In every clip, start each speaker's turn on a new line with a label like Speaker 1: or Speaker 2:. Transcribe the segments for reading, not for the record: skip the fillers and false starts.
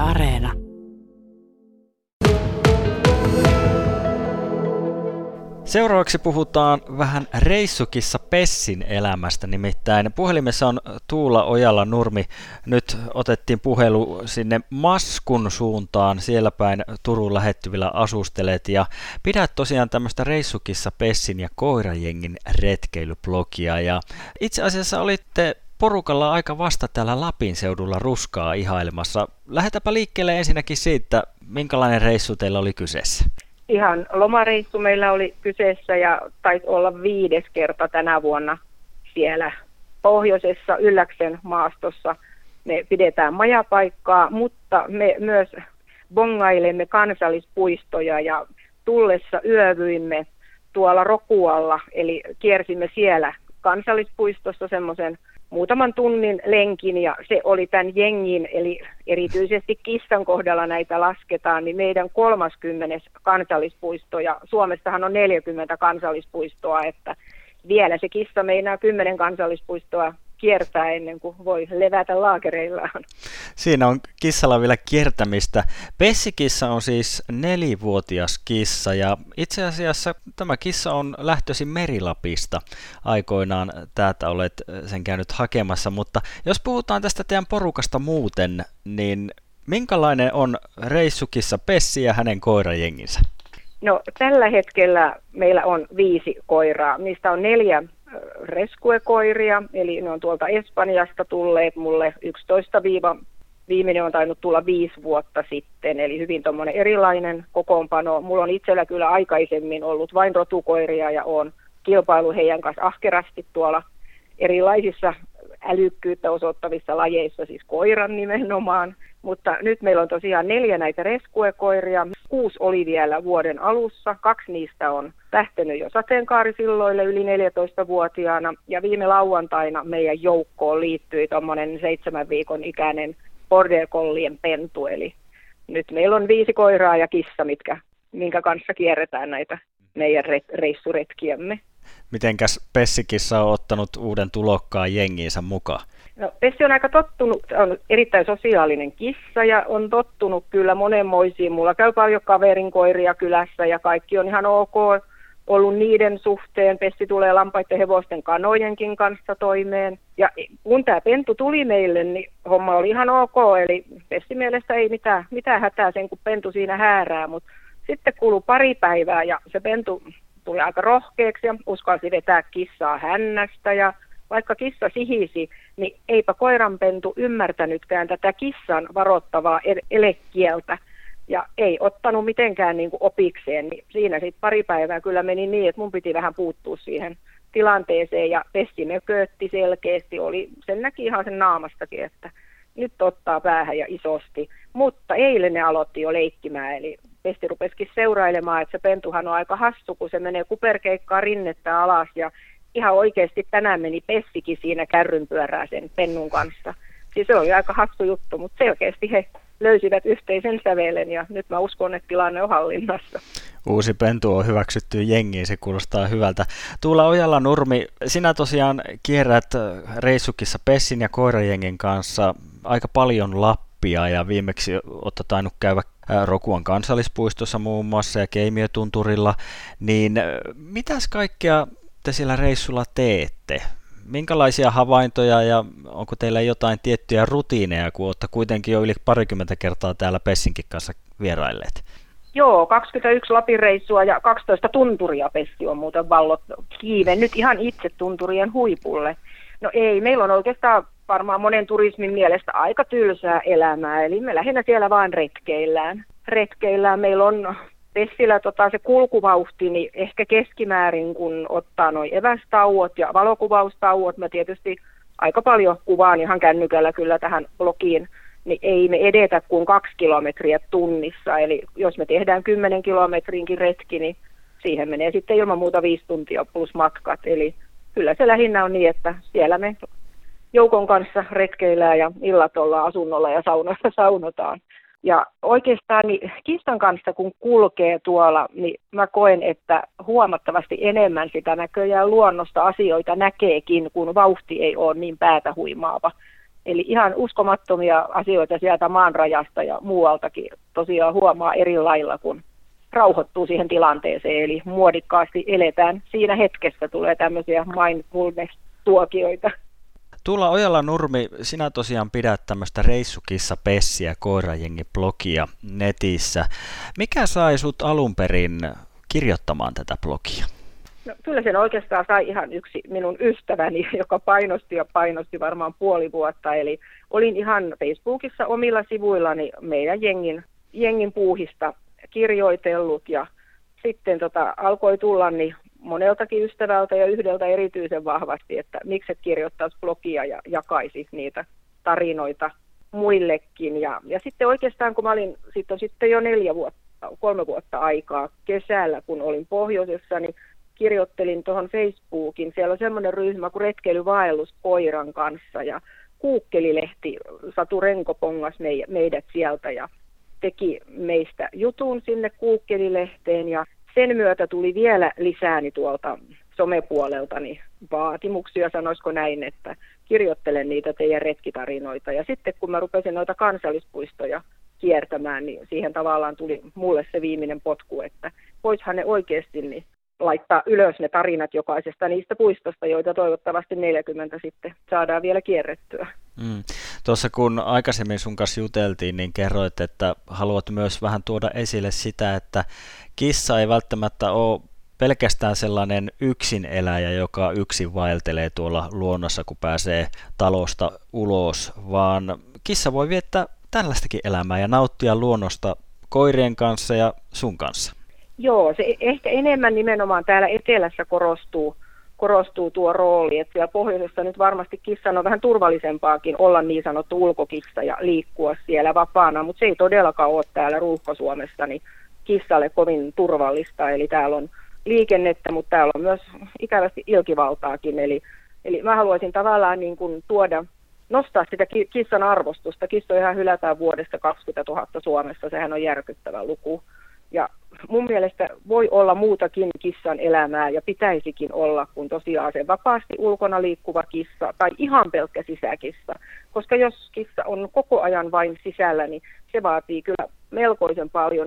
Speaker 1: Areena.
Speaker 2: Seuraavaksi puhutaan vähän reissukissa Pessin elämästä, nimittäin puhelimessa on Tuula Ojala-Nurmi. Nyt otettiin puhelu sinne Maskun suuntaan, siellä päin Turun lähettyvillä asustelet ja pidät tosiaan tämmöistä reissukissa Pessin ja koirajengin retkeilyblogia ja itse asiassa olitte porukalla aika vasta täällä Lapin seudulla Ruskaa ihailemassa. Lähdetäänpä liikkeelle ensinnäkin siitä, minkälainen reissu teillä oli kyseessä.
Speaker 3: Ihan lomareissu meillä oli kyseessä ja taisi olla 5. kerta tänä vuonna siellä pohjoisessa Ylläksen maastossa. Me pidetään majapaikkaa, mutta me myös bongailemme kansallispuistoja ja tullessa yövyimme tuolla Rokualla, eli kiersimme siellä kansallispuistossa semmoisen muutaman tunnin lenkin ja se oli tämän jengin, eli erityisesti kissan kohdalla näitä lasketaan, niin meidän 30. kansallispuisto ja Suomessahan on 40 kansallispuistoa, että vielä se kissa meinaa 10 kansallispuistoa kiertää ennen kuin voi levätä laakereillaan.
Speaker 2: Siinä on kissalla vielä kiertämistä. Pessikissa on siis 4-vuotias kissa ja itse asiassa tämä kissa on lähtöisin Merilapista. Aikoinaan täältä olet sen käynyt hakemassa, mutta jos puhutaan tästä teidän porukasta muuten, niin minkälainen on reissukissa Pessi ja hänen koirajenginsä?
Speaker 3: No tällä hetkellä meillä on 5 koiraa. Niistä on 4 rescue-koiria, eli ne on tuolta Espanjasta tulleet mulle 11-viimeinen on tainnut tulla 5 vuotta sitten, eli hyvin tommoinen erilainen kokoonpano. Mulla on itsellä kyllä aikaisemmin ollut vain rotukoiria ja olen kilpailu heidän kanssa ahkerasti tuolla erilaisissa älykkyyttä osoittavissa lajeissa, siis koiran nimenomaan. Mutta nyt meillä on tosiaan 4 näitä rescue-koiria. 6 oli vielä vuoden alussa. 2 niistä on lähtenyt jo sateenkaarisilloille yli 14-vuotiaana. Ja viime lauantaina meidän joukkoon liittyi tuommoinen 7 viikon ikäinen border collien pentu. Eli nyt meillä on 5 koiraa ja kissa, minkä kanssa kierretään näitä meidän reissuretkiämme.
Speaker 2: Mitenkäs Pessikissa on ottanut uuden tulokkaan jengiinsä mukaan?
Speaker 3: No, Pessi on aika tottunut, on erittäin sosiaalinen kissa ja on tottunut kyllä monenmoisiin. Mulla käy paljon kaverin koiria kylässä ja kaikki on ihan ok ollut niiden suhteen. Pessi tulee lampaiden, hevosten, kanojenkin kanssa toimeen. Ja kun tämä pentu tuli meille, niin homma oli ihan ok. Eli Pessi mielestä ei mitään hätää sen, kun pentu siinä häärää. Mutta sitten kului pari päivää ja se pentu tuli aika rohkeaksi ja uskalsi vetää kissaa hännästä ja vaikka kissa sihisi, niin eipä koiranpentu ymmärtänytkään tätä kissan varoittavaa elekieltä ja ei ottanut mitenkään niin kuin opikseen. Niin siinä sitten pari päivää kyllä meni niin, että mun piti vähän puuttua siihen tilanteeseen ja Pessi mökötti selkeästi, sen näki ihan sen naamastakin, että nyt ottaa päähän ja isosti. Mutta eilen ne aloitti jo leikkimään, eli Pessi rupesikin seurailemaan, että se pentuhan on aika hassu, kun se menee kuperkeikkaa rinnettä alas ja ihan oikeasti tänään meni Pessikin siinä kärrynpyörää sen pennun kanssa. Siis se oli aika hassu juttu, mutta selkeästi he löysivät yhteisen sävelen ja nyt mä uskon, että tilanne on hallinnassa.
Speaker 2: Uusi pentu on hyväksytty jengiin, se kuulostaa hyvältä. Tuula Ojala-Nurmi, sinä tosiaan kierrät reissukissa Pessin ja koirajengin kanssa aika paljon Lappia ja viimeksi olet tainnut käydä Rokuan kansallispuistossa muun muassa ja Keimiötunturilla, niin mitäs kaikkea te siellä reissulla teette? Minkälaisia havaintoja ja onko teillä jotain tiettyjä rutiineja, kun olette kuitenkin jo yli 20 kertaa täällä Pessinkin kanssa vierailleet?
Speaker 3: Joo, 21 Lapin reissua ja 12 tunturia Pessi on muuten kiivennyt ihan itse tunturien huipulle. No ei, meillä on oikeastaan varmaan monen turismin mielestä aika tylsää elämää, eli me lähinnä siellä vaan retkeillään. Meillä on Pessillä se kulkuvauhti, niin ehkä keskimäärin, kun ottaa nuo evästauot ja valokuvaustauot, mä tietysti aika paljon kuvaan ihan kännykällä kyllä tähän blogiin, niin ei me edetä kuin 2 kilometriä tunnissa. Eli jos me tehdään 10 kilometrinkin retki, niin siihen menee sitten ilman muuta 5 tuntia plus matkat. Eli kyllä se lähinnä on niin, että siellä me joukon kanssa retkeillään ja illat ollaan asunnolla ja saunassa saunotaan. Ja oikeastaan niin kissan kanssa kun kulkee tuolla, niin mä koen, että huomattavasti enemmän sitä näköjään luonnosta asioita näkeekin, kun vauhti ei ole niin päätä huimaava. Eli ihan uskomattomia asioita sieltä maanrajasta ja muualtakin tosiaan huomaa eri lailla, kun rauhoittuu siihen tilanteeseen. Eli muodikkaasti eletään siinä hetkessä, tulee tämmöisiä mindfulness-tuokioita.
Speaker 2: Tuula Ojala-Nurmi, sinä tosiaan pidät tämmöistä Reissukissa Pessiä koirajengi-blogia netissä. Mikä sai sut alun perin kirjoittamaan tätä blogia?
Speaker 3: No, kyllä sen oikeastaan sai ihan yksi minun ystäväni, joka painosti varmaan puoli vuotta. Eli olin ihan Facebookissa omilla sivuillani meidän jengin puuhista kirjoitellut ja sitten alkoi tulla niin moneltakin ystävältä ja yhdeltä erityisen vahvasti, että miksi et kirjoittaisi blogia ja jakaisi niitä tarinoita muillekin. Ja sitten oikeastaan, kun mä olin sitten jo 3 vuotta aikaa kesällä, kun olin pohjoisessa, niin kirjoittelin tuohon Facebookin. Siellä on semmoinen ryhmä kuin Retkeilyvaellus koiran kanssa ja Kuukkelilehti, Satu Renko pongas meidät sieltä ja teki meistä jutun sinne Kuukkelilehteen ja sen myötä tuli vielä lisääni tuolta somepuoleltani vaatimuksia, sanoisiko näin, että kirjoittelen niitä teidän retkitarinoita. Ja sitten kun mä rupesin noita kansallispuistoja kiertämään, niin siihen tavallaan tuli mulle se viimeinen potku, että voishan ne oikeasti niin laittaa ylös ne tarinat jokaisesta niistä puistosta, joita toivottavasti 40 sitten saadaan vielä kierrettyä.
Speaker 2: Tuossa kun aikaisemmin sun kanssa juteltiin, niin kerroit, että haluat myös vähän tuoda esille sitä, että kissa ei välttämättä ole pelkästään sellainen yksineläjä, joka yksin vaeltelee tuolla luonnossa, kun pääsee talosta ulos, vaan kissa voi viettää tällaistakin elämää ja nauttia luonnosta koirien kanssa ja sun kanssa.
Speaker 3: Joo, se ehkä enemmän nimenomaan täällä etelässä korostuu tuo rooli, että siellä pohjoisessa nyt varmasti kissan on vähän turvallisempaakin olla niin sanottu ulkokissa ja liikkua siellä vapaana, mutta se ei todellakaan ole täällä Ruuhka-Suomessa niin kissalle kovin turvallista, eli täällä on liikennettä, mutta täällä on myös ikävästi ilkivaltaakin, eli mä haluaisin tavallaan niin kuin nostaa sitä kissan arvostusta. Kissojahan hylätään vuodesta 20 000 Suomessa, sehän on järkyttävä luku. Ja mun mielestä voi olla muutakin kissan elämää ja pitäisikin olla kuin tosiaan se vapaasti ulkona liikkuva kissa tai ihan pelkkä sisäkissa. Koska jos kissa on koko ajan vain sisällä, niin se vaatii kyllä melkoisen paljon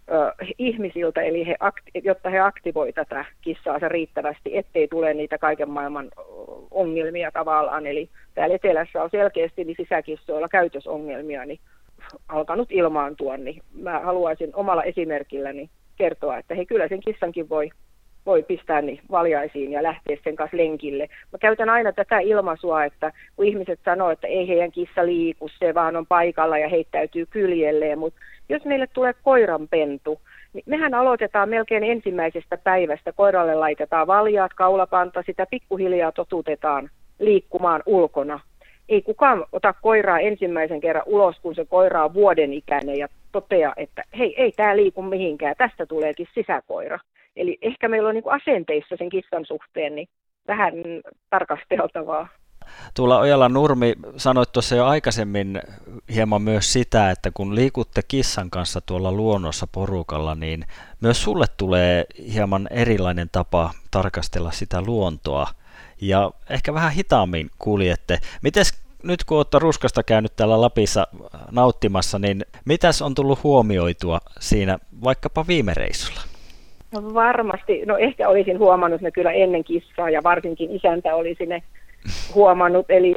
Speaker 3: ihmisiltä, eli jotta he aktivoi tätä kissaansa riittävästi, ettei tule niitä kaiken maailman ongelmia tavallaan. Eli täällä etelässä on selkeästi niin sisäkissoilla käytösongelmia, niin alkanut ilmaantua, niin mä haluaisin omalla esimerkilläni kertoa, että he kyllä sen kissankin voi pistää niin valjaisiin ja lähteä sen kanssa lenkille. Mä käytän aina tätä ilmaisua, että kun ihmiset sanoo, että ei heidän kissa liiku, se vaan on paikalla ja heittäytyy kyljelleen, mutta jos meille tulee koiranpentu, niin mehän aloitetaan melkein ensimmäisestä päivästä. Koiralle laitetaan valjaat, kaulapanta, sitä pikkuhiljaa totutetaan liikkumaan ulkona. Ei kukaan ota koiraa ensimmäisen kerran ulos, kun se koira on vuoden ikäinen ja toteaa, että hei, ei tämä liiku mihinkään, tästä tuleekin sisäkoira. Eli ehkä meillä on niin kuin asenteissa sen kissan suhteen niin vähän tarkasteltavaa.
Speaker 2: Tuula Ojala-Nurmi, sanoit tuossa jo aikaisemmin hieman myös sitä, että kun liikutte kissan kanssa tuolla luonnossa porukalla, niin myös sulle tulee hieman erilainen tapa tarkastella sitä luontoa. Ja ehkä vähän hitaammin kuljette. Mites nyt kun olette Ruskasta käynyt täällä Lapissa nauttimassa, niin mitäs on tullut huomioitua siinä vaikkapa viime reissulla?
Speaker 3: No varmasti, no ehkä olisin huomannut ne kyllä ennen kissaa ja varsinkin isäntä olisi ne huomannut, eli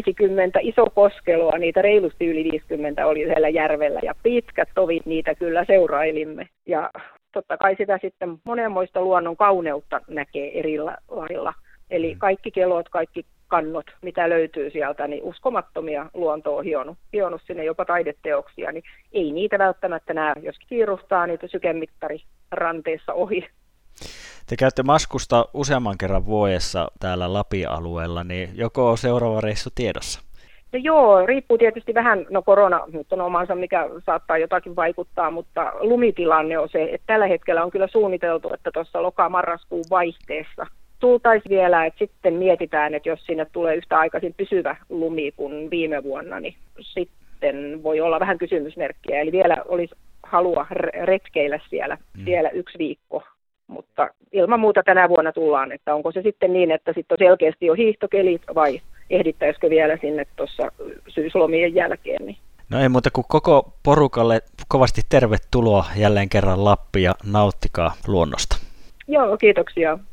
Speaker 3: 50 isokoskeloa, niitä reilusti yli 50 oli siellä järvellä ja pitkät tovit niitä kyllä seurailimme. Ja totta kai sitä sitten monenmoista luonnon kauneutta näkee eri lailla. Eli kaikki kelot, kaikki kannot, mitä löytyy sieltä, niin uskomattomia luonto on hionut sinne jopa taideteoksia, niin ei niitä välttämättä näe, jos kiirustaa niitä sykemittari ranteessa ohi.
Speaker 2: Te käytte Maskusta useamman kerran vuodessa täällä Lapin-alueella, niin joko on seuraava reissu tiedossa?
Speaker 3: No joo, riippuu tietysti vähän, no korona nyt on omansa, mikä saattaa jotakin vaikuttaa, mutta lumitilanne on se, että tällä hetkellä on kyllä suunniteltu, että tuossa loka-marraskuun vaihteessa tultaisiin vielä, että sitten mietitään, että jos sinne tulee yhtä aikaisin pysyvä lumi kuin viime vuonna, niin sitten voi olla vähän kysymysmerkkiä. Eli vielä olisi halua retkeillä siellä 1 viikko, mutta ilman muuta tänä vuonna tullaan, että onko se sitten niin, että sitten on selkeästi jo hiihtokelit vai ehdittäisikö vielä sinne tuossa syyslomien jälkeen. Niin.
Speaker 2: No ei muuta kuin koko porukalle kovasti tervetuloa jälleen kerran Lappiin ja nauttikaa luonnosta.
Speaker 3: Joo, kiitoksia.